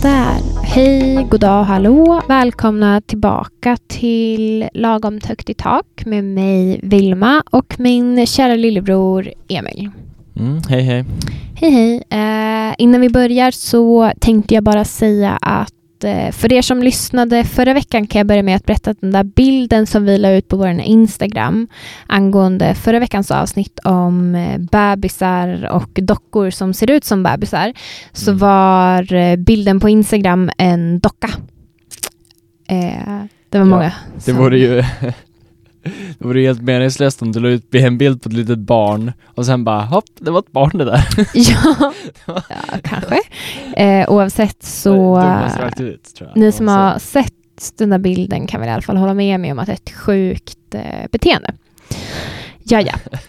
Sådär. Hej, goddag, hallå. Välkomna tillbaka till Lagom högt i tak med mig Vilma och min kära lillebror Emil. Hej hej. Hej hej. Innan vi börjar så tänkte jag bara säga att för er som lyssnade förra veckan kan jag börja med att berätta att den där bilden som vi la ut på vår Instagram angående förra veckans avsnitt om bebisar och dockor som ser ut som bebisar, så var bilden på Instagram en docka. Det var många. Det vore ju det vore helt meningslöst om du la ut en bild på ett litet barn och sen bara, hopp, det var ett barn det där. Ja, kanske. Oavsett så, ut, tror jag. Ni som har sett den där bilden kan väl i alla fall hålla med mig om att det är ett sjukt beteende. Ja.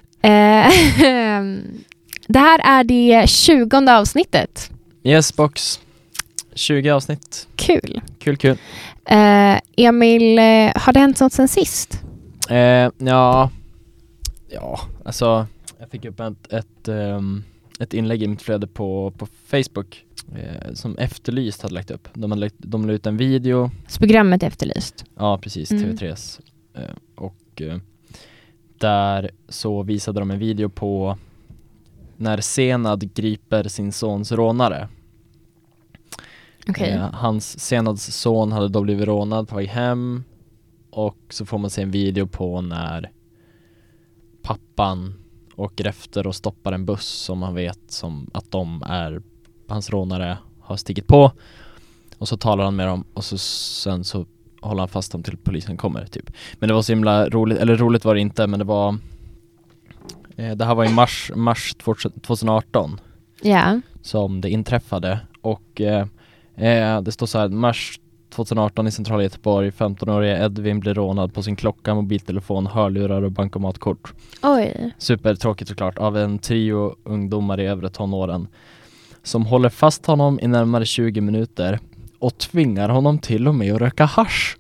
Det här är det 20:e avsnittet. Yes, box. 20 avsnitt. Kul. Kul. Emil, har det hänt något sen sist? Ja, alltså jag fick upp ett inlägg i mitt flöde på Facebook som Efterlyst hade lagt upp. De la ut en video. Så programmet Efterlyst? Ja, precis, TV3s. Och där så visade de en video på när Senad griper sin sons rånare. Okay. Hans Senads son hade då blivit rånad på väg hem. Och så får man se en video på när pappan åker efter och stoppar en buss som han vet som att de är hans rånare har stigit på. Och så talar han med dem och sen så håller han fast dem till polisen kommer typ. Men det var så himla roligt, eller roligt var det inte, men det var det här var i mars 2018. Ja. Som det inträffade och det står så här: mars 2018 i centrala Göteborg, 15-åriga Edvin blir rånad på sin klocka, mobiltelefon, hörlurar och bankomatkort. Oj. Supertråkigt såklart, av en trio ungdomar i övre tonåren som håller fast honom i närmare 20 minuter och tvingar honom till och med att röka hasch.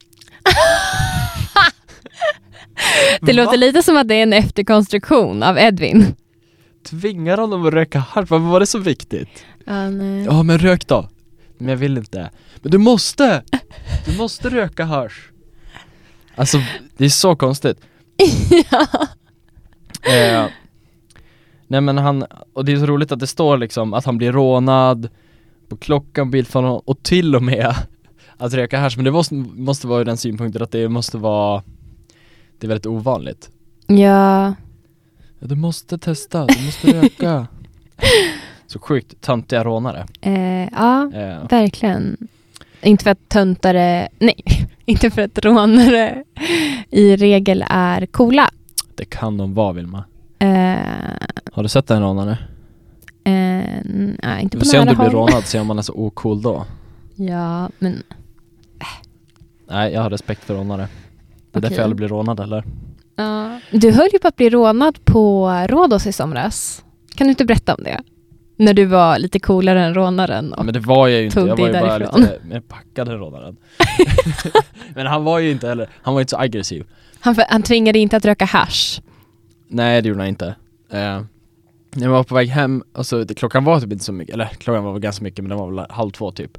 Det låter lite som att det är en efterkonstruktion av Edvin. Tvingar honom att röka hasch? Varför var det så viktigt? Nej. Ja, men rök då. Men jag vill inte. Men du måste röka hasch. Alltså, det är så konstigt. Ja. Nej, men och det är så roligt att det står liksom att han blir rånad på klockan, bilfon och till och med att röka hasch. Men det måste vara den synpunkten att det är väldigt ovanligt. Ja. Du måste testa, du måste röka. Så sjukt töntiga rånare. Verkligen. Inte för att rånare i regel är coola. Det kan de vara, Vilma. Har du sett en rånare? Nej, inte på nära håll. Se om du blir rånad, se om man är så ocool då. Ja, men Nej, jag har respekt för rånare. Det är därför jag blir rånad, eller? Du höll ju på att bli rånad på Rhodos i somras. Kan du inte berätta om det? När du var lite coolare än rånaren. Men det var jag ju inte. Jag var ju bara därifrån. Lite mer packad än rånaren. Men han var ju inte heller. Han var inte så aggressiv. Han tvingade inte att röka hasch. Nej, det gjorde han inte. Jag var på väg hem. Alltså, klockan var typ inte så mycket. Eller klockan var ganska mycket, men den var väl 1:30 typ.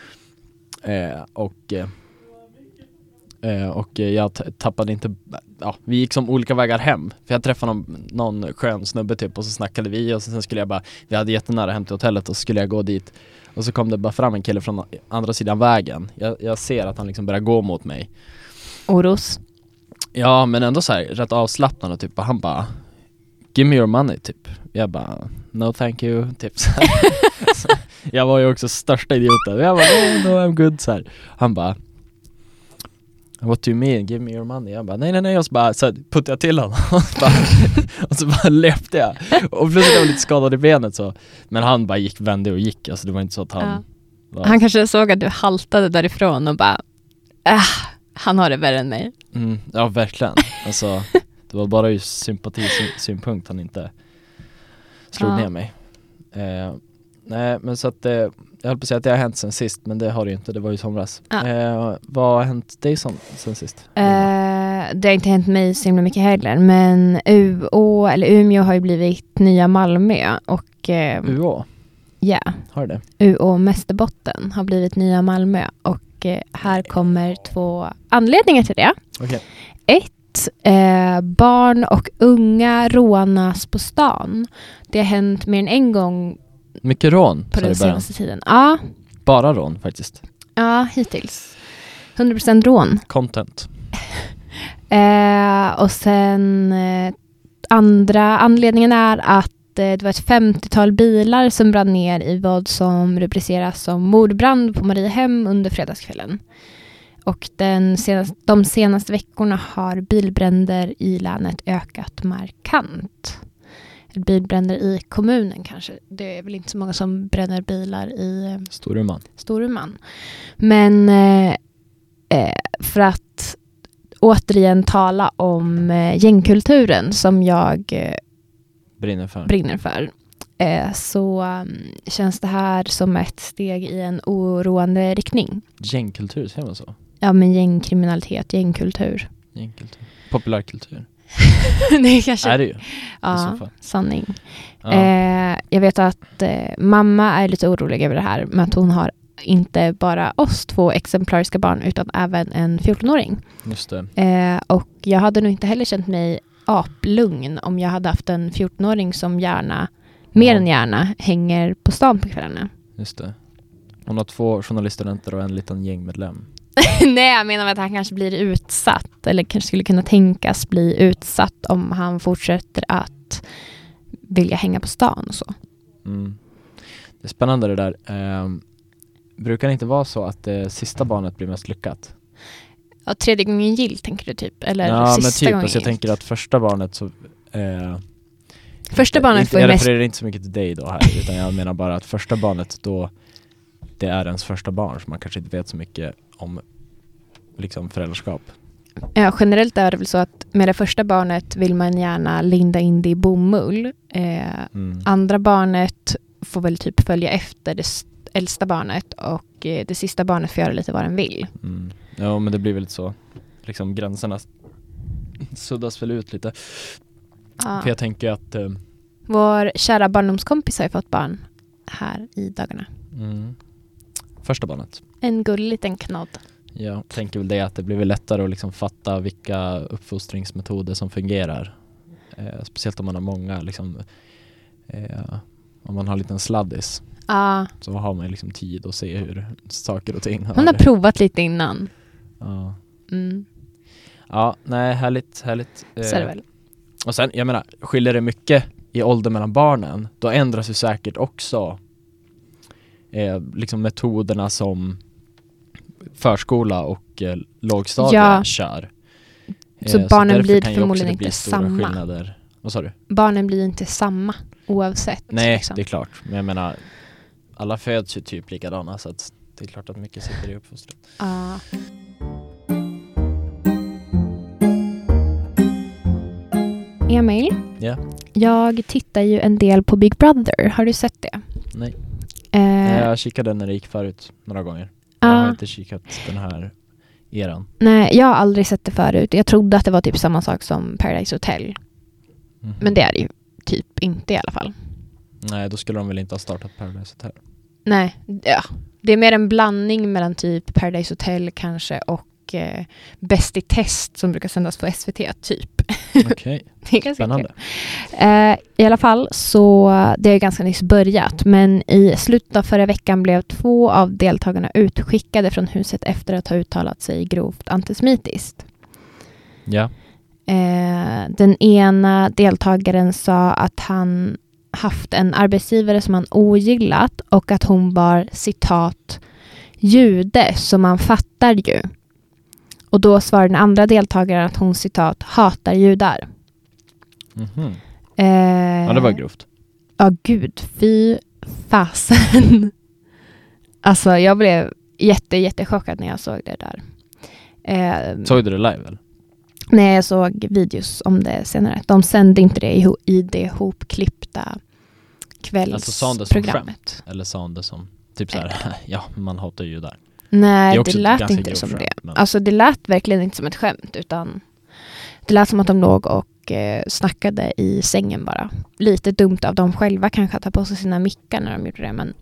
Och jag tappade inte. Vi gick som olika vägar hem. För jag träffade någon skön snubbe typ. Och så snackade vi. Och sen skulle jag vi hade jättenära hem till hotellet. Och så skulle jag gå dit. Och så kom det bara fram en kille från andra sidan vägen. Jag ser att han liksom börjar gå mot mig. Oros. Ja, men ändå så här rätt avslappnad. Och typ, och han bara, give me your money typ. Jag bara, no thank you typ så här. Så jag var ju också största idioten. Jag bara, no I'm good så här. Han bara, what do you mean? Give me your money. Jag bara, nej. Och så bara så puttade jag till honom. och så bara löpte jag. Och plötsligt var jag lite skadad i benet så. Men han bara vände och gick. Alltså det var inte så att han Han kanske såg att du haltade därifrån och bara, han har det värre än mig. Ja, verkligen. Alltså, det var bara ju sympatisynpunkt han inte slog ner mig. Nej, men så att jag höll på att säga att det har hänt sen sist, men det har det ju inte, det var ju somras. Vad har hänt dig sen sist? Det har inte hänt mig så himla mycket heller, men Umeå har ju blivit nya Malmö och UO? Ja. Har det? UO Mästerbotten har blivit nya Malmö. Och här kommer 2 anledningar till det. Okej. 1. Barn och unga rånas på stan. Det har hänt mer än en gång Mycket rån på den i början. senaste tiden. Ja, Bara rån faktiskt. ja, hittills. 100% rån. Content. Och sen andra anledningen är att det var ett 50-tal bilar som brann ner i vad som rubriceras som mordbrand på Mariehem under fredagskvällen. Och de senaste veckorna har bilbränder i länet ökat markant. Bilbränder i kommunen kanske. Det är väl inte så många som bränner bilar i Storuman. Men för att återigen tala om gängkulturen som jag brinner för. Så känns det här som ett steg i en oroande riktning. Gängkultur, säger man så? Ja, men gängkriminalitet, gängkultur. Populärkultur. Det kanske Är det ju. Ja, sanning. Ja. Jag vet att mamma är lite orolig över det här, men att hon har inte bara oss 2 exemplariska barn utan även en 14-åring. Just det. Och jag hade nog inte heller känt mig aplugn om jag hade haft en 14-åring som mer än gärna hänger på stan på kvällarna. Just det. Hon har 2 journaliststudenter och en liten gängmedlem. Nej, jag menar att han kanske blir utsatt eller kanske skulle kunna tänkas bli utsatt om han fortsätter att vilja hänga på stan och så. Mm. Det är spännande det där. Brukar det inte vara så att det sista barnet blir mest lyckat? Ja, 3:e gången gill tänker du typ? Eller ja, sista men typ. gången Alltså jag tänker att första barnet så... första barnet får ju jag mest... refererar inte så mycket till dig då här, utan jag menar bara att första barnet då, det är ens första barn, så man kanske inte vet så mycket om liksom föräldraskap. Ja, generellt är det väl så att med det första barnet vill man gärna linda in det i bomull. Andra barnet får väl typ följa efter det äldsta barnet och det sista barnet får göra lite vad den vill. Ja, men det blir väl lite så. Liksom gränserna suddas väl ut lite. Ja. För jag tänker att... Vår kära barndomskompis har ju fått barn här i dagarna. Första barnet. En gullig liten knodd. Jag tänker väl det att det blir väl lättare att liksom fatta vilka uppfostringsmetoder som fungerar. Speciellt om man har många liksom, om man har en liten sladdis. Så har man liksom tid att se hur saker och ting Hon har provat lite innan. Ja. Ja, nej, härligt. Så är det väl. Och sen, jag menar, skiljer det mycket i ålder mellan barnen, då ändras ju säkert också liksom metoderna som förskola och lågstadiet kör. Så barnen blir kan förmodligen inte samma. Skillnader. Vad sa du? Barnen blir inte samma oavsett. Nej, liksom. det är klart. Men jag menar, alla föds ju typ likadana, så att det är klart att mycket sitter i uppfostran. Emil, jag tittar ju en del på Big Brother. Har du sett det? Nej. Jag kikade när det gick förut några gånger. Jag har inte kikat den här eran. Nej, jag har aldrig sett det förut. Jag trodde att det var typ samma sak som Paradise Hotel. Men det är det ju typ inte i alla fall. Nej, då skulle de väl inte ha startat Paradise Hotel. Nej, ja. Det är mer en blandning mellan typ Paradise Hotel kanske och Bäst i test som brukar sändas på SVT typ. Okej, spännande. I alla fall så det är ganska nyss börjat, men i slutet av förra veckan blev 2 av deltagarna utskickade från huset efter att ha uttalat sig grovt antisemitiskt. Ja. Den ena deltagaren sa att han haft en arbetsgivare som han ogillat och att hon var citat jude, som man fattar ju. Och då svarade den andra deltagaren att hon citat hatar judar. Ja, det var grovt. Ja, gud. Fy fasen. Alltså, jag blev jättechockad när jag såg det där. Såg du det live eller? Nej, jag såg videos om det senare. De sände inte det i det hopklippta kvällsprogrammet. Alltså, eller sa det som typ så här, ja, man hatar judar. Nej, det lät inte som det. Men... Alltså det lät verkligen inte som ett skämt, utan det lät som att de låg och snackade i sängen bara. Lite dumt av dem själva kanske att ta på sig sina mickar när de gjorde det, men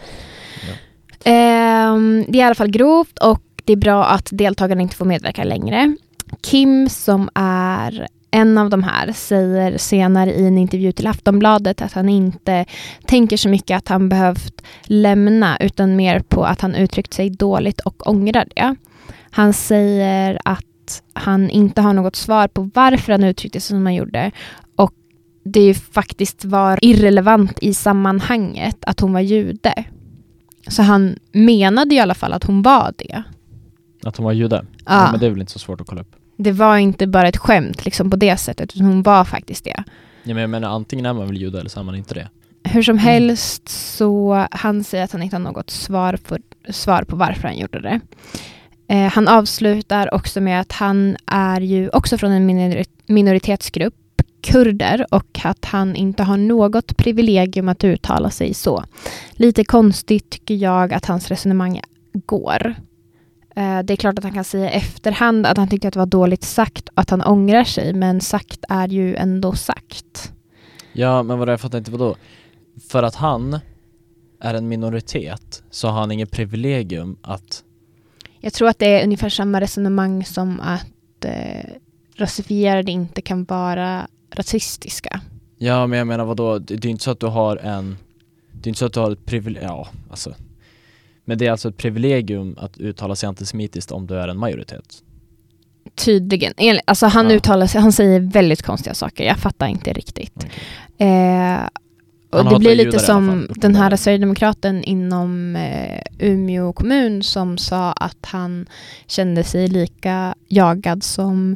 det är i alla fall grovt och det är bra att deltagarna inte får medverka längre. Kim, som är en av de här, säger senare i en intervju till Aftonbladet att han inte tänker så mycket att han behövt lämna, utan mer på att han uttryckt sig dåligt och ångrar det. Han säger att han inte har något svar på varför han uttryckte sig som han gjorde, och det ju faktiskt var irrelevant i sammanhanget att hon var jude. Så han menade i alla fall att hon var det. Att hon var jude? Ja. Men det är väl inte så svårt att kolla upp. Det var inte bara ett skämt liksom på det sättet, utan hon var faktiskt det. Ja, men jag menar, antingen är man väl jude eller så är man inte det. Hur som helst, så han säger att han inte har något svar på varför han gjorde det. Han avslutar också med att han är ju också från en minoritetsgrupp, kurder, och att han inte har något privilegium att uttala sig så. Lite konstigt tycker jag att hans resonemang går. Det är klart att han kan säga i efterhand att han tyckte att det var dåligt sagt och att han ångrar sig, men sagt är ju ändå sagt. Ja, men jag fattar inte vadå. För att han är en minoritet så har han inget privilegium att... Jag tror att det är ungefär samma resonemang som att rasifierade inte kan vara rasistiska. Ja, men jag menar vadå? Det är inte så att du har en... Det är inte så att du har ett privilegium... Ja, alltså... Men det är alltså ett privilegium att uttala sig antisemitiskt om du är en majoritet. Tydligen. Alltså han uttalar sig, han säger väldigt konstiga saker. Jag fattar inte riktigt. Okay. Och det blir lite som den här Sverigedemokraten inom Umeå kommun som sa att han kände sig lika jagad som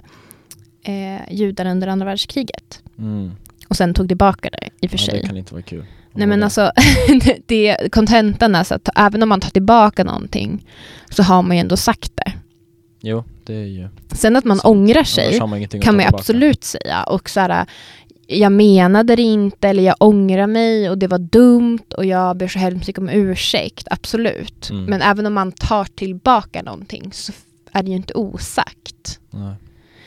judar under andra världskriget. Och sen tog tillbaka det i och för sig. Det kan inte vara kul. Nej, men alltså det kontentan är så att även om man tar tillbaka någonting så har man ju ändå sagt det. Jo, det är ju. Sen att man ångrar sig kan man ju absolut säga. Och så här, jag menade det inte, eller jag ångrar mig och det var dumt och jag ber så hemskt mycket om ursäkt. Absolut. Men även om man tar tillbaka någonting så är det ju inte osagt. Nej.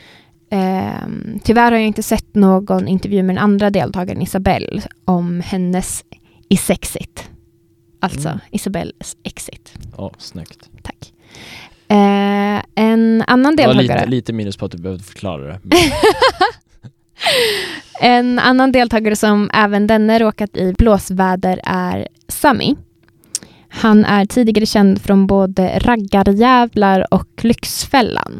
Tyvärr har jag inte sett någon intervju med den andra deltagaren Isabelle om hennes exit. Alltså Isabelles exit. Snyggt. Tack. En annan deltagare... Lite minus på att du behövde förklara det. En annan deltagare som även denne råkat i blåsväder är Sami. Han är tidigare känd från både Raggarjävlar och Lyxfällan.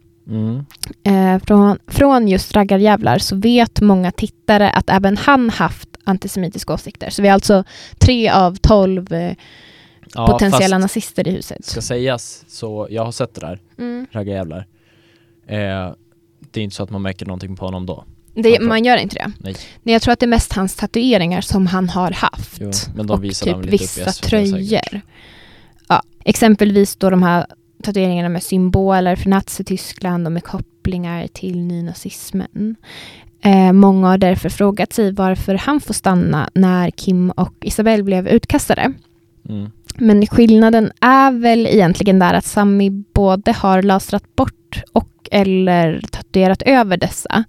Från just Raggarjävlar så vet många tittare att även han haft antisemitiska åsikter. Så vi är alltså 3 av 12 potentiella nazister i huset. Ska sägas, så jag har sett det där. Raggarjävlar. Det är inte så att man märker någonting på honom då. Man gör inte det. Nej, jag tror att det är mest hans tatueringar som han har haft. Jo, men de visar och typ vissa tröjor. Ja, exempelvis då de här tatueringarna med symboler för Nazityskland och med kopplingar till nynazismen. Många har därför frågat sig varför han får stanna när Kim och Isabelle blev utkastade. Men skillnaden är väl egentligen där att Sami både har lasrat bort och eller tatuerat över dessa.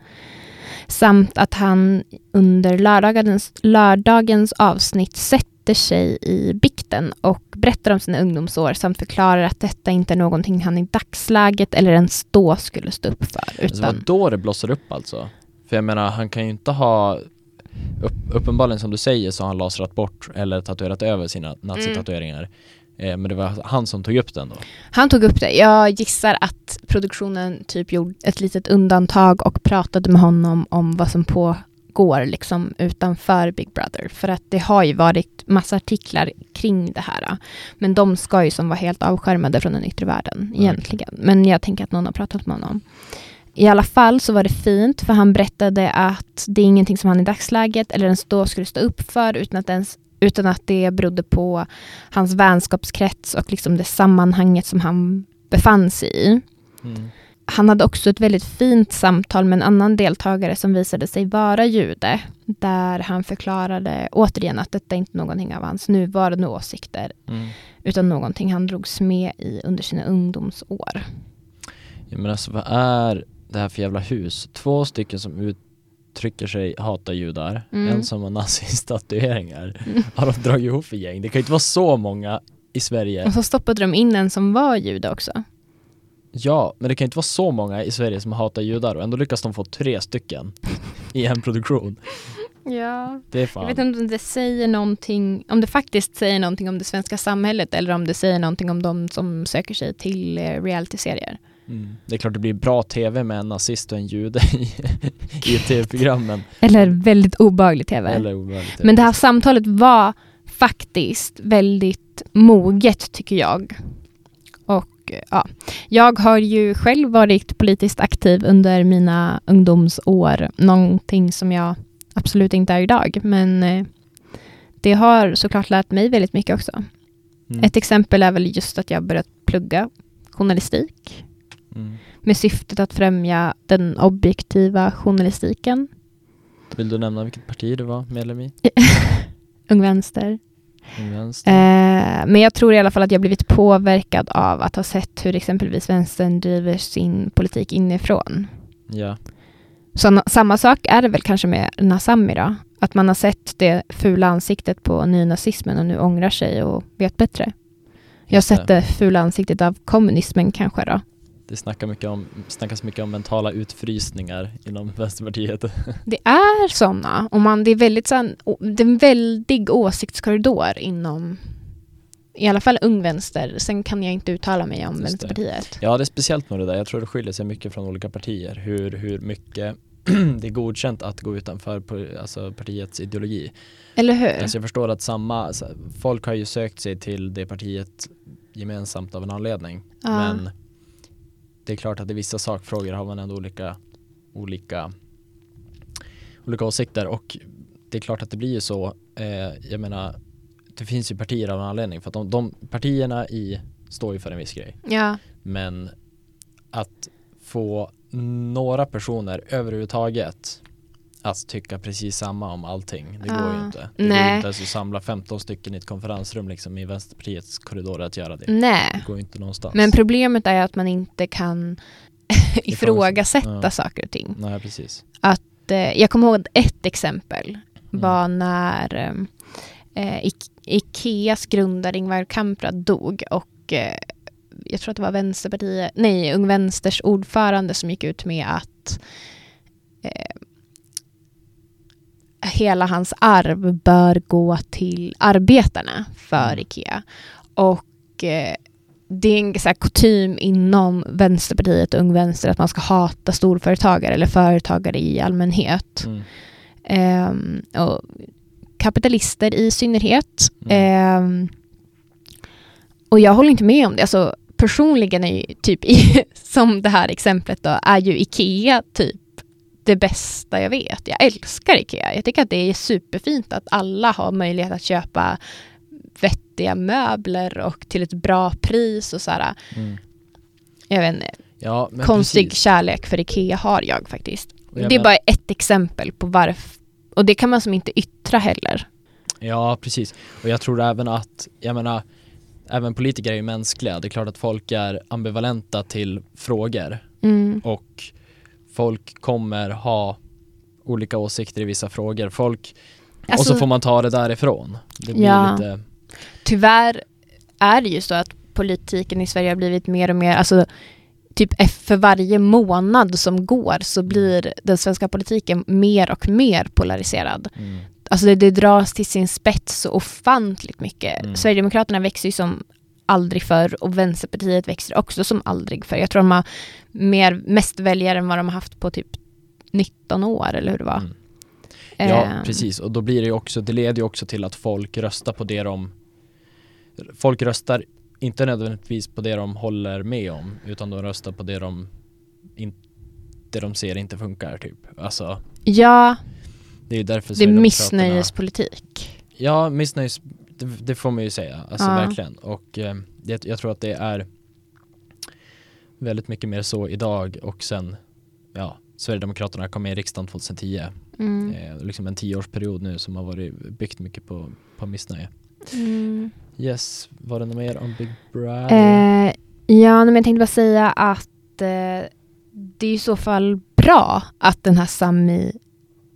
Samt att han under lördagens avsnitt sätter sig i bikten och berättar om sina ungdomsår samt förklarar att detta inte är någonting han i dagsläget eller ens då skulle stå upp för. Utan... Alltså, vad då det blossar upp alltså? För jag menar, han kan ju inte ha... Uppenbarligen som du säger så har han lasrat bort eller tatuerat över sina nazitatueringar. Men det var han som tog upp den då? Han tog upp det. Jag gissar att produktionen typ gjorde ett litet undantag och pratade med honom om vad som pågår liksom utanför Big Brother. För att det har ju varit massa artiklar kring det här. Men de ska ju som vara helt avskärmade från den yttre världen egentligen. Men jag tänker att någon har pratat med honom. I alla fall så var det fint för han berättade att det är ingenting som han i dagsläget eller ens då skulle stå upp för utan att det berodde på hans vänskapskrets och liksom det sammanhanget som han befann sig i. Han hade också ett väldigt fint samtal med en annan deltagare som visade sig vara jude, där han förklarade återigen att detta inte är någonting av hans nuvarande åsikter utan någonting han drogs med i under sina ungdomsår. Ja, men alltså vad är det här för jävla hus? 2 stycken som uttrycker sig hatar judar, en som har nazistatueringar, har de dragit ihop för gäng. Det kan ju inte vara så många i Sverige. Och så stoppade de in en som var jude också. Ja, men det kan inte vara så många i Sverige som hatar judar och ändå lyckas de få 3 stycken i en produktion. Ja, det är fan. Jag vet inte om det säger någonting, om det faktiskt säger någonting om det svenska samhället eller om det säger någonting om de som söker sig till reality-serier. Det är klart det blir bra tv med en nazist och en jude i tv-programmen. Eller väldigt obehaglig tv. Men det här samtalet var faktiskt väldigt moget tycker jag. Och ja, jag har ju själv varit politiskt aktiv under mina ungdomsår. Någonting som jag absolut inte är idag. Men det har såklart lärt mig väldigt mycket också. Ett exempel är väl just att jag börjat plugga journalistik. Med syftet att främja den objektiva journalistiken. Vill du nämna vilket parti du var medlem i? Ung Vänster. Men jag tror i alla fall att jag blivit påverkad av att ha sett hur exempelvis vänstern driver sin politik inifrån. Ja. Så samma sak är det väl kanske med Nazami då? Att man har sett det fula ansiktet på nynazismen och nu ångrar sig och vet bättre. Jag har sett det fula ansiktet av kommunismen kanske då. Det snackas mycket om mentala utfrysningar inom Vänsterpartiet. Det är sådana. Det är en väldig åsiktskorridor inom i alla fall Ung Vänster. Sen kan jag inte uttala mig om Vänsterpartiet. Ja, det är speciellt med det där. Jag tror det skiljer sig mycket från olika partier. Hur mycket det är godkänt att gå utanför partiets ideologi. Eller hur? Alltså jag förstår att folk har ju sökt sig till det partiet gemensamt av en anledning. Ja. Men det är klart att i vissa sakfrågor har man ändå olika åsikter och det är klart att det blir ju så. Jag menar, det finns ju partier av en anledning för att de partierna står ju för en viss grej. Ja. Men att få några personer överhuvudtaget att tycka precis samma om allting, det går ju inte. Det går ju inte att samla 15 stycken i ett konferensrum liksom i Vänsterpartiets korridorer att göra det. Nej. Det går inte någonstans. Men problemet är att man inte kan ifrågasätta saker och ting. Nej, precis. Jag kommer ihåg ett exempel var när Ikeas grundare Ingvar Kamprad dog och jag tror att det var Ung Vänsters ordförande som gick ut med att hela hans arv bör gå till arbetarna för Ikea. Och det är en så här kutym inom Vänsterpartiet och Ung Vänster att man ska hata storföretagare eller företagare i allmänhet. Och kapitalister i synnerhet. Och jag håller inte med om det. Alltså, personligen är ju typ som det här exemplet då, är ju Ikea typ det bästa jag vet. Jag älskar Ikea. Jag tycker att det är superfint att alla har möjlighet att köpa vettiga möbler och till ett bra pris och sådär. Jag vet inte. Ja, konstig kärlek för Ikea har jag faktiskt. Det är bara ett exempel på varför. Och det kan man som inte yttra heller. Ja, precis. Och jag tror även att, även politiker är ju mänskliga. Det är klart att folk är ambivalenta till frågor. Och folk kommer ha olika åsikter i vissa frågor. Och så får man ta det därifrån. Det blir lite... Tyvärr är det ju så att politiken i Sverige har blivit mer och mer, alltså typ för varje månad som går så blir den svenska politiken mer och mer polariserad. Alltså det dras till sin spets så ofantligt mycket. Sverigedemokraterna växer ju som aldrig förr och Vänsterpartiet växer också som aldrig förr. Jag tror de har mest väljare än vad de har haft på typ 19 år eller hur det var. Ja, precis. Och då blir det ju också, det leder ju också till att folk röstar på folk röstar inte nödvändigtvis på det de håller med om, utan de röstar på det de ser inte funkar typ. Alltså, ja, det är därför det är missnöjespolitik. Ja, det får man ju säga. Alltså verkligen. Och jag tror att det är väldigt mycket mer så idag och sen Sverigedemokraterna kom med i riksdagen 2010. Liksom en 10-årsperiod nu som har varit byggt mycket på missnöje. Yes, var det något mer om Big Brother? Men jag tänkte bara säga att det är i så fall bra att den här Sami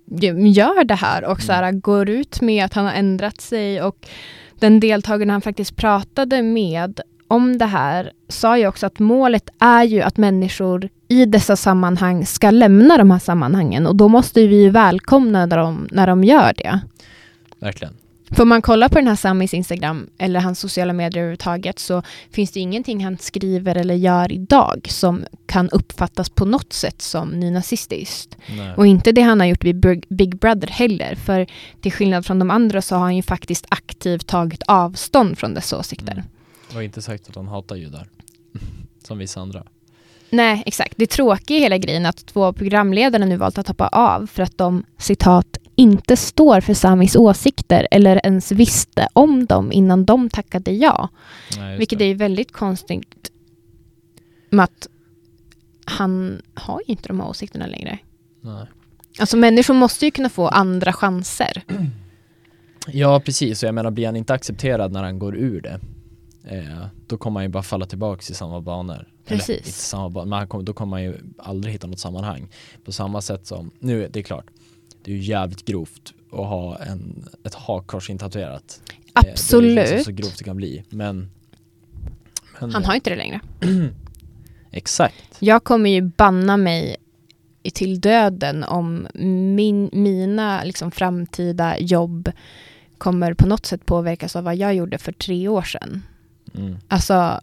gör det här och så här, går ut med att han har ändrat sig, och den deltagaren han faktiskt pratade med om det här sa ju också att målet är ju att människor i dessa sammanhang ska lämna de här sammanhangen, och då måste vi ju välkomna när de gör det. Verkligen. För om man kollar på den här Samis Instagram eller hans sociala medier överhuvudtaget, så finns det ingenting han skriver eller gör idag som kan uppfattas på något sätt som nynazistiskt. Nej. Och inte det han har gjort vid Big Brother heller. För till skillnad från de andra så har han ju faktiskt aktivt tagit avstånd från dessa åsikter. Och inte sagt att han hatar judar. Som vissa andra. Nej, exakt. Det tråkiga i hela grejen är att 2 programledare nu valt att hoppa av för att de, citat, inte står för Samis åsikter eller ens visste om dem innan de tackade ja. Nej, Vilket är väldigt konstigt med att han har ju inte de här åsikterna längre. Nej. Alltså människor måste ju kunna få andra chanser. Ja, precis. Och jag menar, blir han inte accepterad när han går ur det, då kommer han ju bara falla tillbaka i samma banor. Precis. Eller, inte samma banor, men då kommer man ju aldrig hitta något sammanhang. På samma sätt som, nu det är klart, det är ju jävligt grovt att ha ett hakkors intatuerat. Absolut. Det är liksom så grovt det kan bli. Men han har inte det längre. Exakt. Jag kommer ju banna mig till döden om mina liksom framtida jobb kommer på något sätt påverkas av vad jag gjorde för 3 år sedan. Alltså,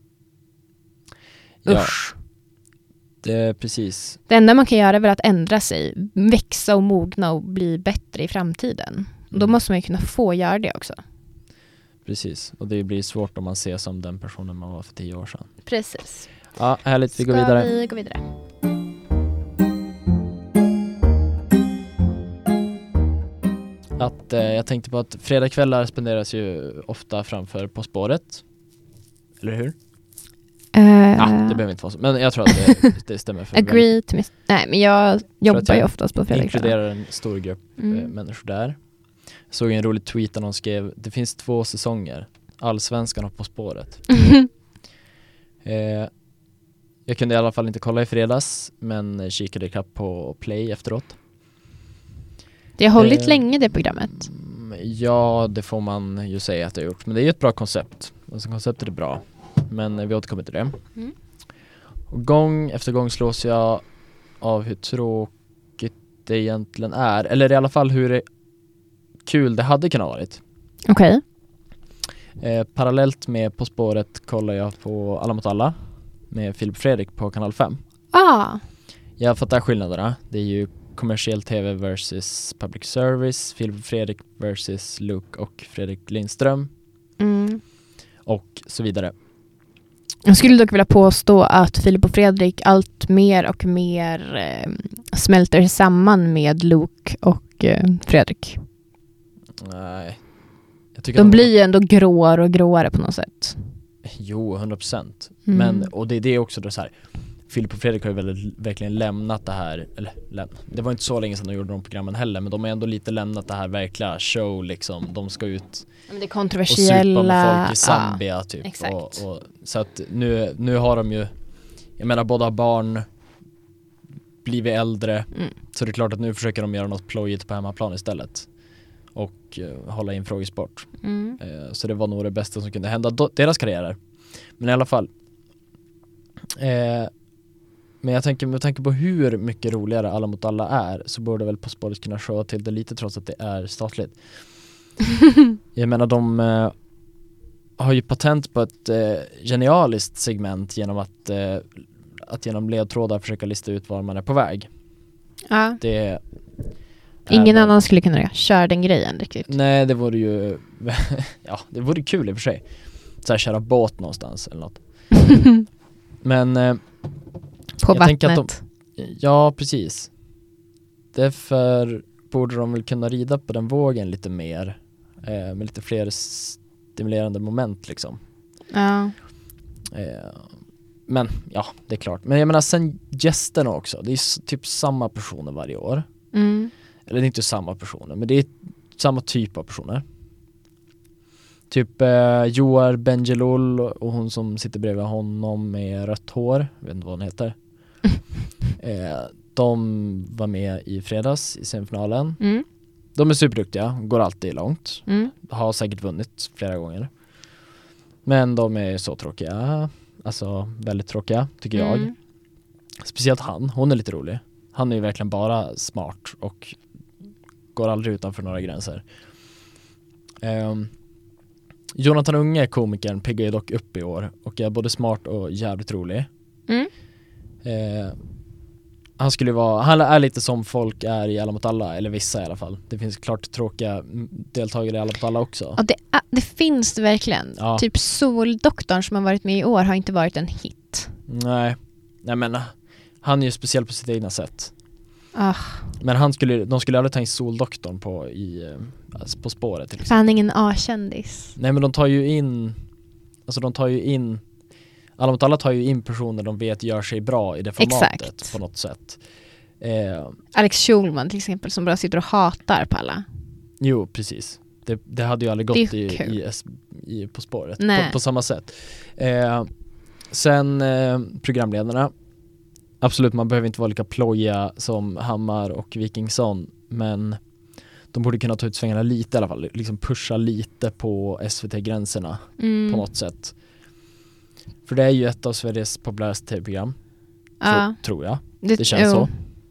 usch. Det är precis. Det enda man kan göra är väl att ändra sig, växa och mogna och bli bättre i framtiden. Då måste man ju kunna få göra det också. Precis, och det blir svårt om man ser som den personen man var för 10 år sedan. Precis. Ja, härligt, vi går vidare. Vi går vidare. Jag tänkte på att fredagskvällar spenderas ju ofta framför På spåret. Eller hur? Ja, det behöver inte vara så. Men jag tror att det stämmer. För Agree to miss. Nej, men jag jobbar ju oftast på fredagskvällar. Inkluderar en stor grupp människor där. Jag såg en rolig tweet där någon skrev: det finns 2 säsonger. Allsvenskan och På spåret. Jag kunde i alla fall inte kolla i fredags, men kikade kapp på Play efteråt. Det har hållit länge det programmet. Ja, det får man ju säga att det har gjort. Men det är ju ett bra koncept. Alltså konceptet är bra. Men vi återkommer till det. Och gång efter gång slås jag av hur tråkigt det egentligen är. Eller i alla fall hur kul det hade kunnat varit. Okej. Parallellt med På spåret kollar jag på Alla mot alla med Filip Fredrik på kanal 5. Jag fattar skillnaderna. Det är ju kommersiell tv versus public service, Filip Fredrik versus Luke och Fredrik Lindström och så vidare. Jag skulle dock vilja påstå att Filip och Fredrik allt mer och mer smälter samman med Luke och Fredrik. Nej. Jag tycker de blir ju ändå gråare och gråare på något sätt. Jo, 100%. Men, och det är också det så här. Filip och Fredrik har ju verkligen lämnat det här, eller det var inte så länge sedan de gjorde de programmen heller, men de har ändå lite lämnat det här verkliga show liksom. De ska ut men det kontroversiella och supa med folk i Zambia typ. Exakt. Och så att nu har de ju, jag menar, båda barn blivit äldre, så det är klart att nu försöker de göra något plojigt på hemmaplan istället och hålla in frågesport. Så det var nog det bästa som kunde hända deras karriärer. Men i alla fall men jag tänker på hur mycket roligare Alla mot alla är, så borde väl På spåret kunna showa till det lite, trots att det är statligt. Jag menar, de har ju patent på ett genialiskt segment genom att genom ledtrådar försöka lista ut var man är på väg. Ja. Det ingen annan skulle kunna köra den grejen riktigt. Nej, det vore ju ja, det vore kul i och för sig. Så här, köra båt någonstans eller något. Men på vattnet. Ja, precis. Därför borde de väl kunna rida på den vågen lite mer, med lite fler stimulerande moment liksom. Ja. Men ja, det är klart. Men jag menar, sen gästerna också. Det är typ samma personer varje år. Eller det är inte samma personer, men det är samma typ av personer. Typ Joar Bendjelloul och hon som sitter bredvid honom med rött hår. Jag vet inte vad hon heter. De var med i fredags i semifinalen. Mm. De är superduktiga, går alltid långt. Mm. Har säkert vunnit flera gånger. Men de är så tråkiga. Alltså väldigt tråkiga, tycker jag. Speciellt hon är lite rolig. Han är ju verkligen bara smart och går aldrig utanför några gränser. Jonathan Unge, komikern, piggar ju dock upp i år och är både smart och jävligt rolig. Mm. Han är lite som folk är i Alla mot alla, eller vissa i alla fall. Det finns klart tråkiga deltagare i Alla mot alla också. Ja, det finns det verkligen. Ja. Typ Soldoktorn som har varit med i år har inte varit en hit. Nej men han är ju speciell på sitt egna sätt. Ah. Men de skulle aldrig ta in Soldoktorn på spåret till exempel. Han är ingen A-kändis. Nej, men de tar ju in Alla mot alla tar ju in personer de vet gör sig bra i det formatet. Exakt. På något sätt. Alex Schulman till exempel som bara sitter och hatar på alla. Jo, precis. Det hade ju aldrig gått På spåret på samma sätt. Sen programledarna. Absolut, man behöver inte vara lika plojiga som Hammar och Wikingsson, men de borde kunna ta ut svängarna lite i alla fall. Liksom pusha lite på SVT-gränserna på något sätt. För det är ju ett av Sveriges populäraste tv-program. Tror jag. Det känns så.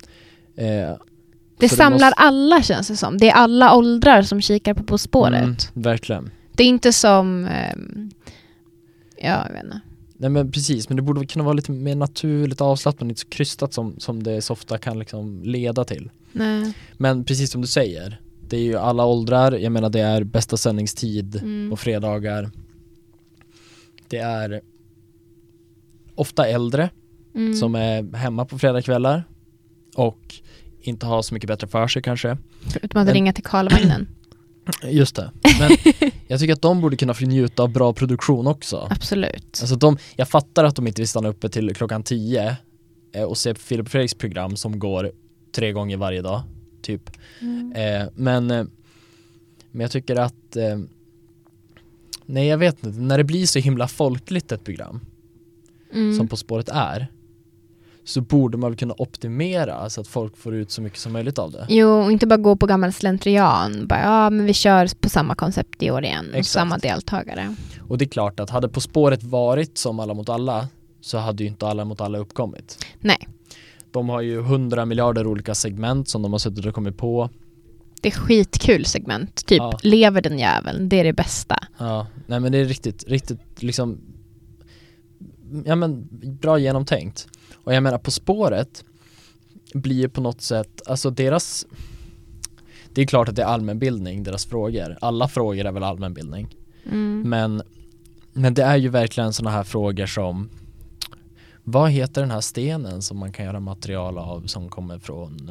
Det samlar alla, känns det som. Det är alla åldrar som kikar på spåret. Verkligen. Det är inte som... jag vet inte. Nej, men precis, men det borde kunna vara lite mer naturligt avslappnat, inte så krystat som det så ofta kan liksom leda till. Nej. Men precis som du säger, det är ju alla åldrar. Jag menar, det är bästa sändningstid på fredagar. Det är ofta äldre som är hemma på fredagskvällar och inte har så mycket bättre för sig kanske. Förutom att ringa till Karlvagnen. Just det. Men jag tycker att de borde kunna få njuta av bra produktion också. Absolut. Alltså jag fattar att de inte vill stanna uppe till klockan 10 och se Filip och Fredriks program som går 3 gånger varje dag typ. Men jag tycker att nej, jag vet inte, när det blir så himla folkligt ett program som På spåret är, så borde man väl kunna optimera så att folk får ut så mycket som möjligt av det. Jo, och inte bara gå på gammal slentrian. Bara, men vi kör på samma koncept i år igen. Och samma deltagare. Och det är klart att hade På spåret varit som Alla mot alla, så hade ju inte Alla mot alla uppkommit. Nej. De har ju 100 miljarder olika segment som de har suttit och kommit på. Det är skitkul segment. Typ, lever den jäveln. Det är det bästa. Ja, nej men det är riktigt liksom, ja men bra genomtänkt. Och jag menar, På spåret blir på något sätt, alltså det är klart att det är allmänbildning, deras frågor. Alla frågor är väl allmänbildning. Men det är ju verkligen såna här frågor som, vad heter den här stenen som man kan göra material av som kommer från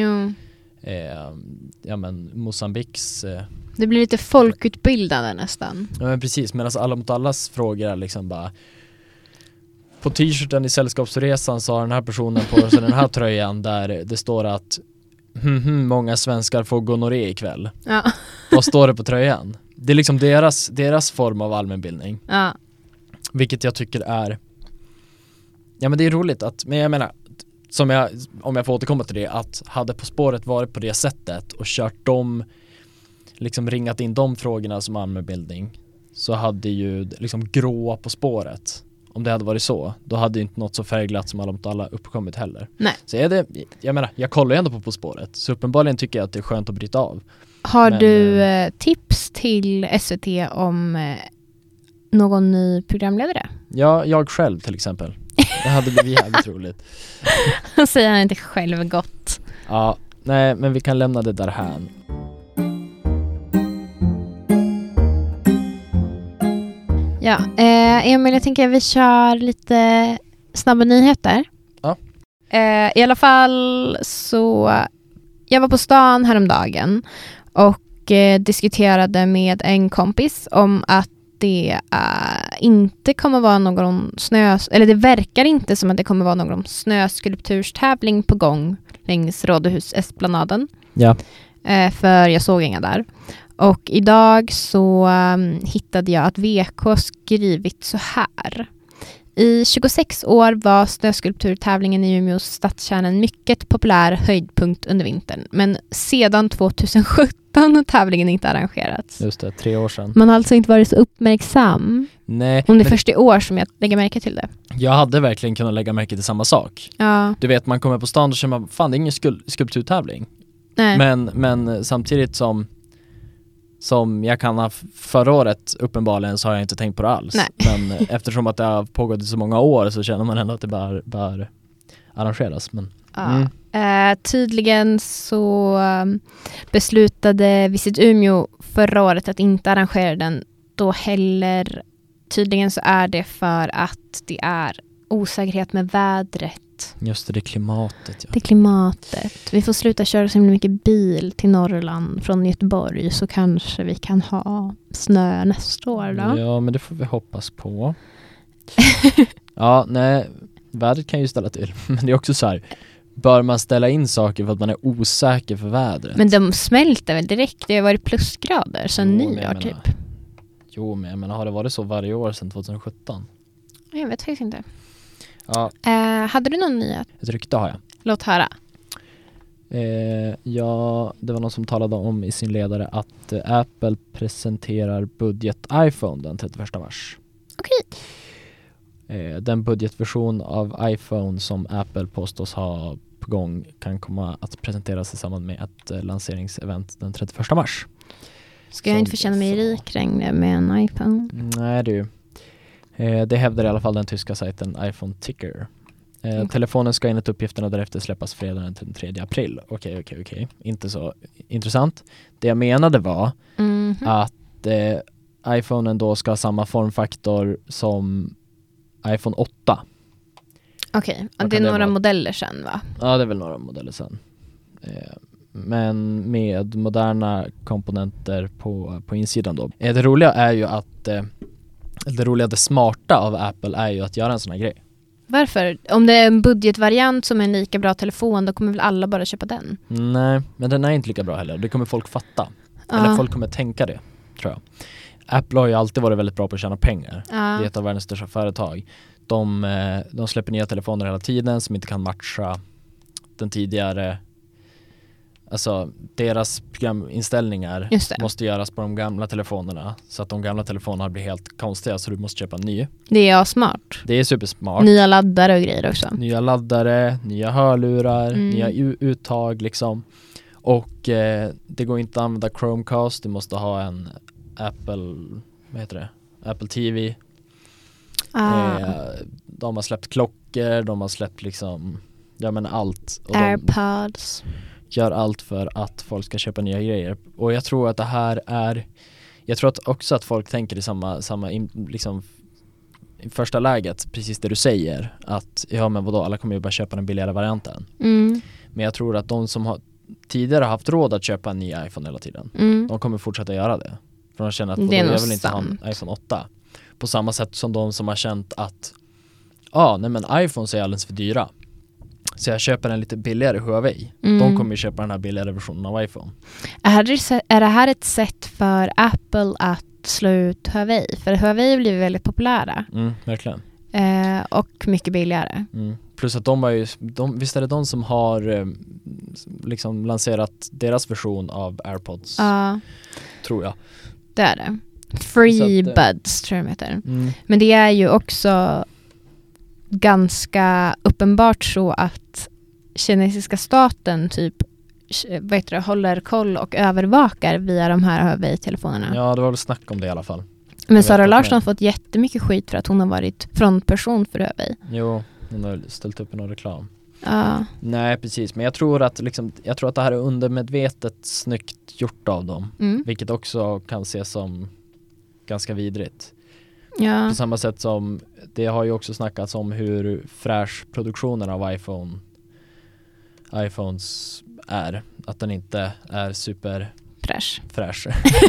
Mosambiks... Det blir lite folkutbildande nästan. Ja, men precis, men alltså Alla mot allas frågor är liksom bara, på t-shirten i Sällskapsresan så har den här personen på sig den här tröjan där det står att många svenskar får gonorré ikväll. Ja. Vad står det på tröjan? Det är liksom deras form av allmänbildning. Ja. Vilket jag tycker är, ja men det är roligt att, men jag menar, om jag får återkomma till det, att hade På spåret varit på det sättet och kört dem, liksom ringat in de frågorna som allmänbildning, så hade ju liksom Gråa På spåret, om det hade varit så, då hade ju inte något så färgglatt som Alla mot alla uppkommit heller. Nej. Så jag menar, jag kollar ju ändå på spåret, så uppenbarligen tycker jag att det är skönt att bryta av. Har du tips till SVT om någon ny programledare? Ja, jag själv till exempel. Det hade blivit jävligt roligt. Säger han inte själv gott. Ja, nej, men vi kan lämna det där här. Ja, Emil, jag tänker att vi kör lite snabba nyheter. Ja. I alla fall så, jag var på stan häromdagen och diskuterade med en kompis om att det inte kommer vara någon eller det verkar inte som att det kommer vara någon snöskulpturstävling på gång längs Rådhusesplanaden. Ja. För jag såg inga där. Och idag så hittade jag att VK skrivit så här. I 26 år var snöskulpturtävlingen i Umeås stadskärna en mycket populär höjdpunkt under vintern. Men sedan 2017 har tävlingen inte arrangerats. Just det, 3 år sedan. Man har alltså inte varit så uppmärksam. Nej. Om det är först i år som jag lägger märke till det. Jag hade verkligen kunnat lägga märke till samma sak. Ja. Du vet, man kommer på stan och känner man, fan det är ingen skulpturtävling. Nej. Men samtidigt som jag kan ha förra året uppenbarligen så har jag inte tänkt på det alls. Nej. Men eftersom att det har pågått i så många år så känner man ändå att det bör arrangeras. Men, Ja. Tydligen så beslutade Visit Umeå förra året att inte arrangera den då heller. Tydligen så är det för att det är osäkerhet med vädret. Just det klimatet. Ja. Det är klimatet. Vi får sluta köra så mycket bil till Norrland från Göteborg så kanske vi kan ha snö nästa år då. Ja, men det får vi hoppas på. Ja, nej, vädret kan ju ställa till. Men det är också så här, bör man ställa in saker för att man är osäker för vädret? Men de smälter väl direkt? Det har varit plusgrader sedan Jo, nyår typ. Jo, men jag menar, har det varit så varje år sedan 2017? Jag vet faktiskt inte. Ja, Hade du någon nyhet? ett rykte har jag. Låt höra. Ja, det var någon som talade om i sin ledare att Apple presenterar budget-iPhone den 31 mars. Okej. Den budgetversion av iPhone som Apple påstås ha på gång kan komma att presenteras i samband med ett lanseringsevent den 31 mars. Ska jag inte få känna mig rik längre med en iPhone? Nej du. Det hävdar i alla fall den tyska sajten iPhone Ticker. Telefonen ska enligt uppgifterna därefter släppas fredagen den 3 april. Okej. Inte så intressant. Det jag menade var att iPhonen då ska ha samma formfaktor som iPhone 8. Okej, det är några modeller sen va? Ja, det är väl några modeller sen. Men med moderna komponenter på insidan då. Det roliga är ju att det smarta av Apple är ju att göra en sån här grej. Varför? Om det är en budgetvariant som är en lika bra telefon, då kommer väl alla bara köpa den? Nej, men den är inte lika bra heller. Det kommer folk fatta. Eller folk kommer tänka det, tror jag. Apple har ju alltid varit väldigt bra på att tjäna pengar. Det är ett av världens största företag. De släpper nya telefoner hela tiden som inte kan matcha den tidigare. Alltså deras programinställningar måste göras på de gamla telefonerna så att de gamla telefonerna blir helt konstiga så du måste köpa en ny. Det är smart. Det är supersmart. Nya laddare och grejer också. Nya laddare, nya hörlurar, nya uttag liksom. Och det går inte att använda Chromecast, du måste ha en Apple TV. De har släppt klockor, de har släppt liksom allt. Och AirPods. Gör allt för att folk ska köpa nya grejer. Och jag tror att det här är... Jag tror att också att folk tänker i samma liksom i första läget, precis det du säger. Att men vadå, alla kommer ju bara köpa den billigare varianten. Men jag tror att de som har tidigare haft råd att köpa en ny iPhone hela tiden, de kommer fortsätta göra det. För de känner att jag vill inte ha en iPhone 8. På samma sätt som de som har känt att iPhones är alldeles för dyra. Så jag köper en lite billigare Huawei. De kommer ju köpa den här billigare versionen av iPhone. Är det här ett sätt för Apple att slå ut Huawei? För Huawei blir väldigt populära. Verkligen. Och mycket billigare. Plus att visst är det de som har liksom lanserat deras version av AirPods. Tror jag. Det är det. FreeBuds tror jag de heter. Men det är ju också ganska uppenbart så att kinesiska staten typ håller koll och övervakar via de här Huawei-telefonerna. Ja, det var väl snack om det i alla fall. Men Sara Larsson har fått jättemycket skit för att hon har varit frontperson för Huawei. Jo, hon har ställt upp i någon reklam. Nej, precis. Men jag tror att det här är undermedvetet snyggt gjort av dem. Vilket också kan ses som ganska vidrigt. Ja. På samma sätt som det har ju också snackats om hur fräsch produktionen av iPhones är. Att den inte är super fräsch.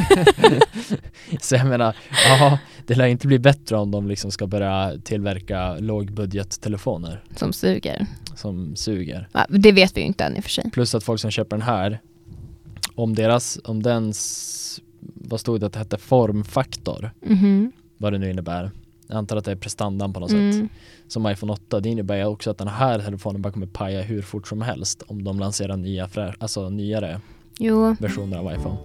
Så jag menar, det lär inte bli bättre om de liksom ska börja tillverka lågbudgettelefoner. Som suger. Ja, det vet vi ju inte än i och för sig. Plus att folk som köper den här, om dens vad stod det att det hette formfaktor, vad det nu innebär, Jag antar att det är prestandan på något sätt. Som iPhone 8, det innebär ju också att den här telefonen bara kommer paja hur fort som helst om de lanserar nyare versioner av iPhone.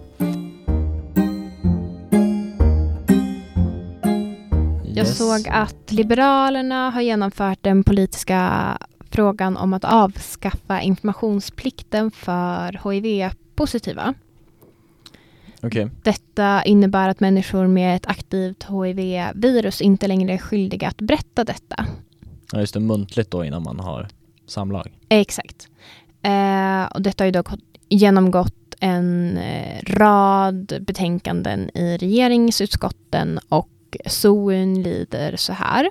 Jag såg att Liberalerna har genomfört den politiska frågan om att avskaffa informationsplikten för HIV-positiva. Okay. Detta innebär att människor med ett aktivt HIV-virus inte längre är skyldiga att berätta detta. Ja, just det, muntligt då innan man har samlag. Exakt. Och detta har ju då genomgått en rad betänkanden i regeringsutskotten och SOUN lyder så här.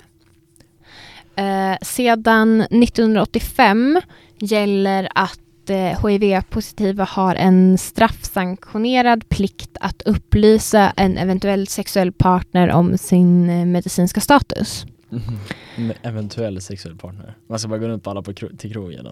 Sedan 1985 gäller att HIV-positiva har en straffsanktionerad plikt att upplysa en eventuell sexuell partner om sin medicinska status. Eventuell sexuell partner. Man ska bara gå runt på alla till krogen.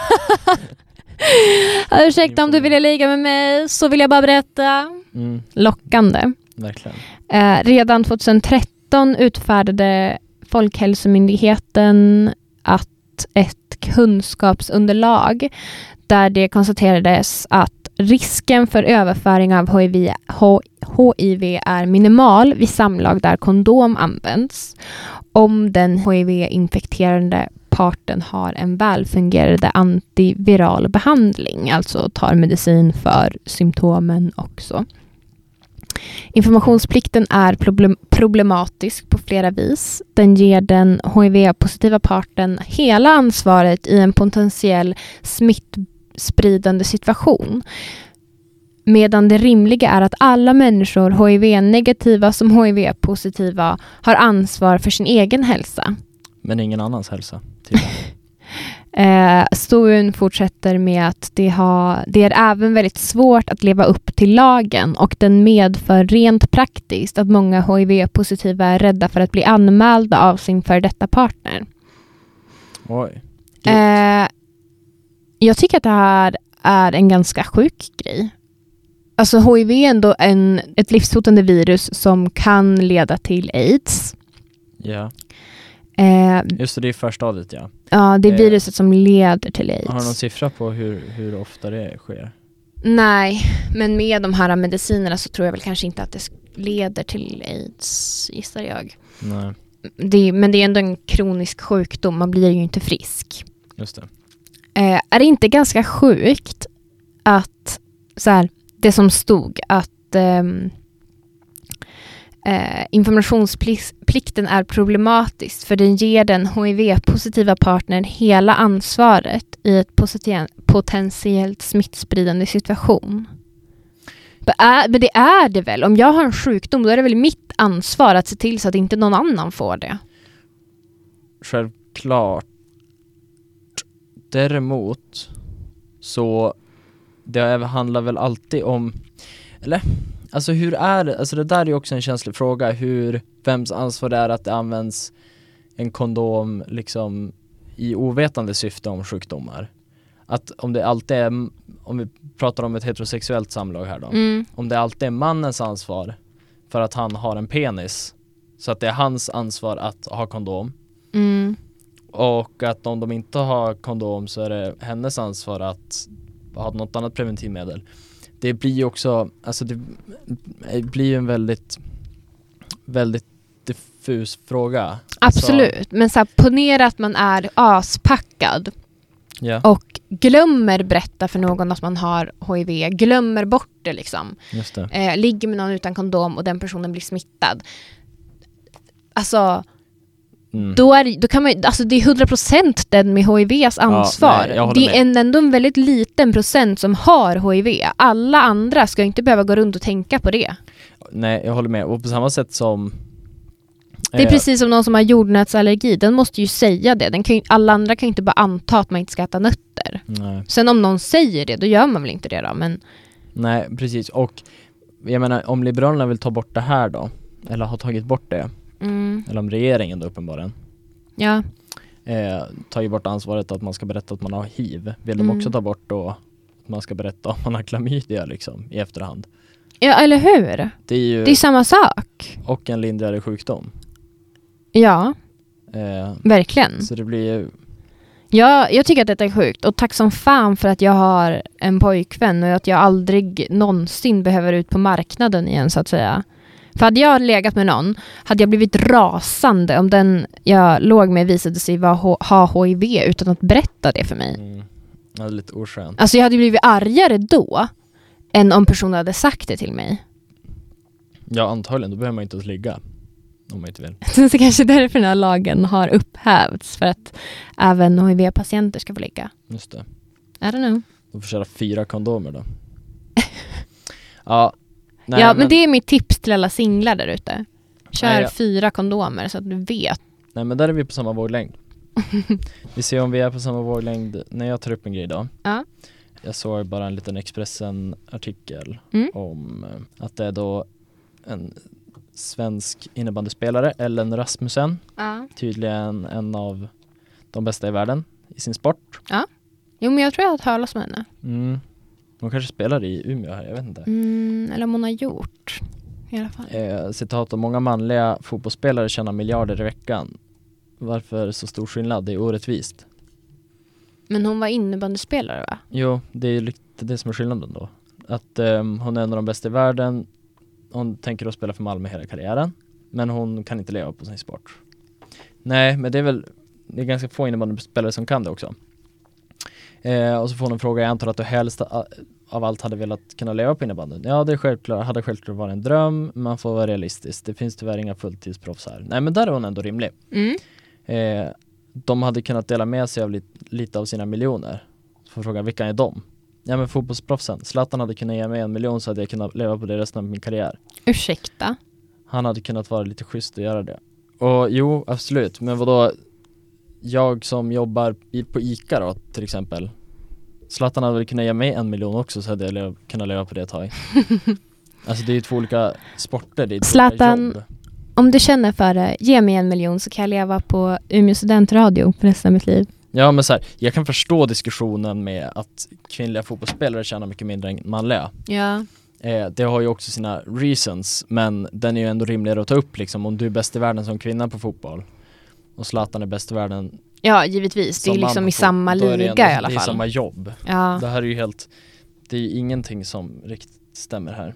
Ursäkta om du ville ligga med mig så vill jag bara berätta. Lockande. Verkligen. Redan 2013 utfärdade Folkhälsomyndigheten ett kunskapsunderlag där det konstaterades att risken för överföring av HIV är minimal vid samlag där kondom används om den HIV-infekterade parten har en välfungerande antiviral behandling, alltså tar medicin för symptomen också. Informationsplikten är problematisk på flera vis. Den ger den HIV-positiva parten hela ansvaret i en potentiell smittspridande situation. Medan det rimliga är att alla människor, HIV-negativa som HIV-positiva, har ansvar för sin egen hälsa. Men ingen annans hälsa? SOUN fortsätter med att det är även väldigt svårt att leva upp till lagen och den medför rent praktiskt att många HIV-positiva är rädda för att bli anmälda av sin före detta partner. Oj. Jag tycker att det här är en ganska sjuk grej. Alltså HIV är ändå ett livshotande virus som kan leda till AIDS. Ja. Just det är första stadiet, ja. Ja, det är viruset som leder till AIDS. Har du någon siffra på hur ofta det sker? Nej, men med de här medicinerna så tror jag väl kanske inte att det leder till AIDS, gissar jag. Nej. Men det är ändå en kronisk sjukdom, man blir ju inte frisk. Just det. Är det inte ganska sjukt att så här, det som stod att informationsplikten är problematisk för den ger den HIV-positiva partnern hela ansvaret i ett potentiellt smittspridande situation. Men det är det väl? Om jag har en sjukdom då är det väl mitt ansvar att se till så att inte någon annan får det. Självklart. Däremot så det handlar väl alltid om alltså hur är det? Alltså det där är ju också en känslig fråga, vems ansvar det är att det används en kondom liksom i ovetande syfte om sjukdomar. Att om det alltid är, om vi pratar om ett heterosexuellt samlag här då, om det alltid är mannens ansvar för att han har en penis, så att det är hans ansvar att ha kondom. Och att om de inte har kondom så är det hennes ansvar att ha något annat preventivmedel. Det blir ju också, alltså det blir ju en väldigt, väldigt diffus fråga. Absolut, alltså, men så här, ponera att man är aspackad och glömmer berätta för någon att man har HIV, glömmer bort det liksom. Just det. Ligger med någon utan kondom och den personen blir smittad. Alltså då kan man, alltså det är 100% den med HIVs ansvar. Ja, det är ändå en väldigt liten procent som har HIV. Alla andra ska inte behöva gå runt och tänka på det. Nej, jag håller med. Och på samma sätt som det är precis som någon som har jordnötsallergi. Den måste ju säga det. Alla andra kan ju inte bara anta att man inte ska äta nötter. Nej. Sen om någon säger det, då gör man väl inte det då. Men nej, precis. Och jag menar, om Liberalerna vill ta bort det här då, eller har tagit bort det, eller om regeringen då uppenbarligen tar ju bort ansvaret att man ska berätta att man har HIV. Vill de också ta bort då att man ska berätta om man har klamydia liksom i efterhand? Ja, eller hur? Det är samma sak. Och en lindrigare sjukdom. Ja, verkligen. Så det blir... Ja, jag tycker att detta är sjukt. Och tack som fan för att jag har en pojkvän och att jag aldrig någonsin behöver ut på marknaden igen, så att säga. För hade jag legat med någon hade jag blivit rasande om den jag låg med visade sig ha HIV utan att berätta det för mig. Ja, det är lite oskönt. Alltså jag hade blivit argare då än om personen hade sagt det till mig. Ja, antagligen. Då behöver man inte ens ligga. Om man inte vill. Så kanske därför den här lagen har upphävts. För att även HIV-patienter ska få ligga. Just det. I don't know. De får köra 4 kondomer då. Ja. Nej, ja, men det är mitt tips till alla singlar där ute. Kör 4 kondomer så att du vet. Nej, men där är vi på samma våglängd. Vi ser om vi är på samma våglängd när jag tar upp en grej då. Ja. Jag såg bara en liten Expressen-artikel om att det är då en svensk innebandyspelare, Ellen Rasmussen. Ja. Tydligen en av de bästa i världen i sin sport. Ja. Jo, men jag tror jag har talat med henne. Hon kanske spelar i Umeå här, jag vet inte. Eller om hon har gjort. I alla fall. Citat: om många manliga fotbollsspelare tjänar miljarder i veckan. Varför så stor skillnad? Det är orättvist. Men hon var innebandyspelare, va? Jo, det är lite det som är skillnaden då. Att hon är en av de bästa i världen. Hon tänker att spela för Malmö hela karriären. Men hon kan inte leva på sin sport. Nej, men det är ganska få innebandyspelare som kan det också. Och så får hon en fråga: jag antar att du helst av allt hade velat kunna leva på innebandyn. Ja, det är självklart, hade självklart varit en dröm. Man får vara realistisk. Det finns tyvärr inga fulltidsproffs här. Nej, men där är hon ändå rimlig. De hade kunnat dela med sig av lite av sina miljoner. Så får fråga: vilka är de? Ja, men fotbollsproffsen. Zlatan hade kunnat ge mig 1 miljon så hade jag kunnat leva på det resten av min karriär. Ursäkta? Han hade kunnat vara lite schysst att göra det. Och jo, absolut. Men vadå? Jag som jobbar på ICA då, till exempel. Zlatan hade väl kunnat ge mig 1 miljon också så hade jag kunnat leva på det ett tag. Alltså det är ju 2 olika sporter. Det är Zlatan, jobb. Om du känner för det, ge mig 1 miljon så kan jag leva på Umeå studentradio för resten av mitt liv. Ja, men så här, jag kan förstå diskussionen med att kvinnliga fotbollsspelare tjänar mycket mindre än manliga. Ja. Det har ju också sina reasons, men den är ju ändå rimligare att ta upp liksom, om du är bäst i världen som kvinna på fotboll och Zlatan är bäst i världen. Ja, givetvis. Det är liksom i samma liga i alla fall. Det är samma jobb. Ja. Det här är ju helt, det är ju ingenting som riktigt stämmer här.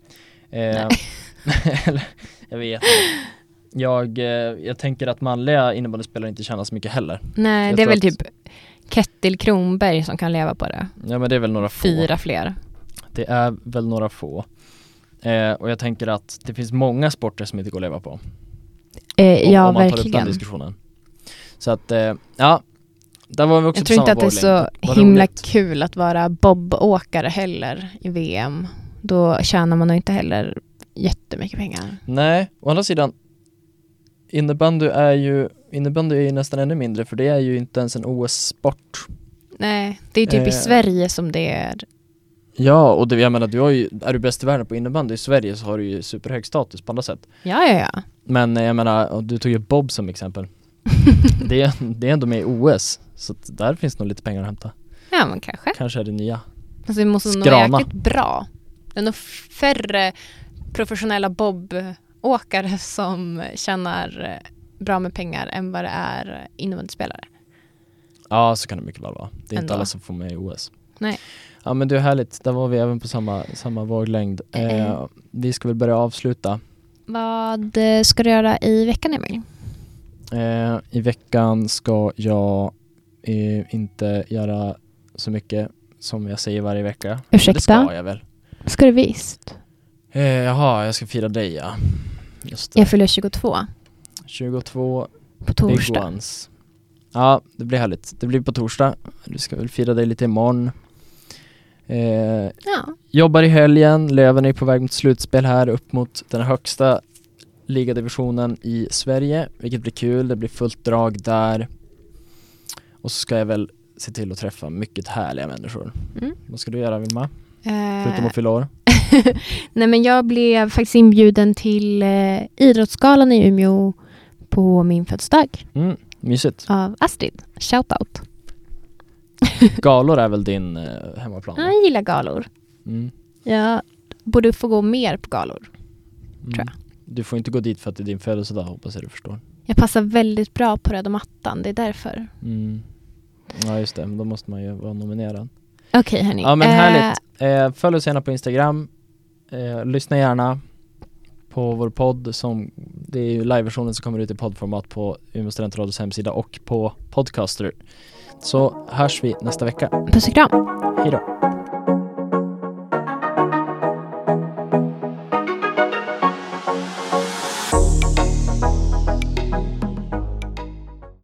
Jag vet inte. Jag tänker att manliga innebandyspelare inte tjänar så mycket heller. Nej, det är väl typ Kettil Kronberg som kan leva på det. Ja, men det är väl några få. 4 fler. Det är väl några få. Och jag tänker att det finns många sporter som inte går att leva på. Ja, om man tar verkligen. upp den diskussionen. Så att, ja. Där var vi också. Jag tror inte att det är så himla kul att vara bobåkare heller i VM. Då tjänar man nog inte heller jättemycket pengar. Nej, å andra sidan, innebandy är ju nästan ännu mindre, för det är ju inte ens en OS-sport. Nej, det är typ i Sverige som det är. Ja, och jag menar, är du bäst i världen på innebandy i Sverige så har du ju superhög status på andra sätt. Ja. Men jag menar, du tog ju Bob som exempel. det är ändå med i OS, så där finns nog lite pengar att hämta. Ja, men kanske. Kanske är det nya. Alltså det måste nog vara jäkligt bra. Det är nog färre professionella bobåkare som tjänar bra med pengar än vad det är innebandyspelare. Ja, så kan det mycket väl vara. Det är ändå inte alla som får med i OS. Nej. Ja, men det är härligt. Där var vi även på samma våglängd. Vi ska väl börja avsluta. Vad ska du göra i veckan, Emil? I veckan ska jag inte göra så mycket som jag säger varje vecka. Ursäkta? Det ska jag väl. Ska du visst? Jaha, jag ska fira dig, ja. Just det. Jag fyller 22. 22 på torsdag. Big ones. Ja, det blir härligt. Det blir på torsdag. Du ska väl fira dig lite imorgon. Jobbar i helgen. Löven är på väg mot slutspel här upp mot den högsta ligadivisionen i Sverige, vilket blir kul. Det blir fullt drag där. Och så ska jag väl se till att träffa mycket härliga människor. Vad ska du göra, Vilma? Förutom att fylla år? Nej, men jag blev faktiskt inbjuden till idrottsgalan i Umeå på min födelsedag. Mysigt. Av Astrid. Shoutout. Galor är väl din hemmaplan? Jag gillar galor. Jag borde få gå mer på galor, tror jag. Du får inte gå dit för att det är din födelsedag, hoppas jag du förstår. Jag passar väldigt bra på röda mattan, det är därför. Ja just det, men då måste man ju vara nominerad. Okej, hörni. Ja men härligt. Följ oss gärna på Instagram. Lyssna gärna på vår podd. Det är ju liveversionen som kommer ut i poddformat på Umeå studentradios hemsida och på Podcaster. Så hörs vi nästa vecka. Puss och kram. Hej då.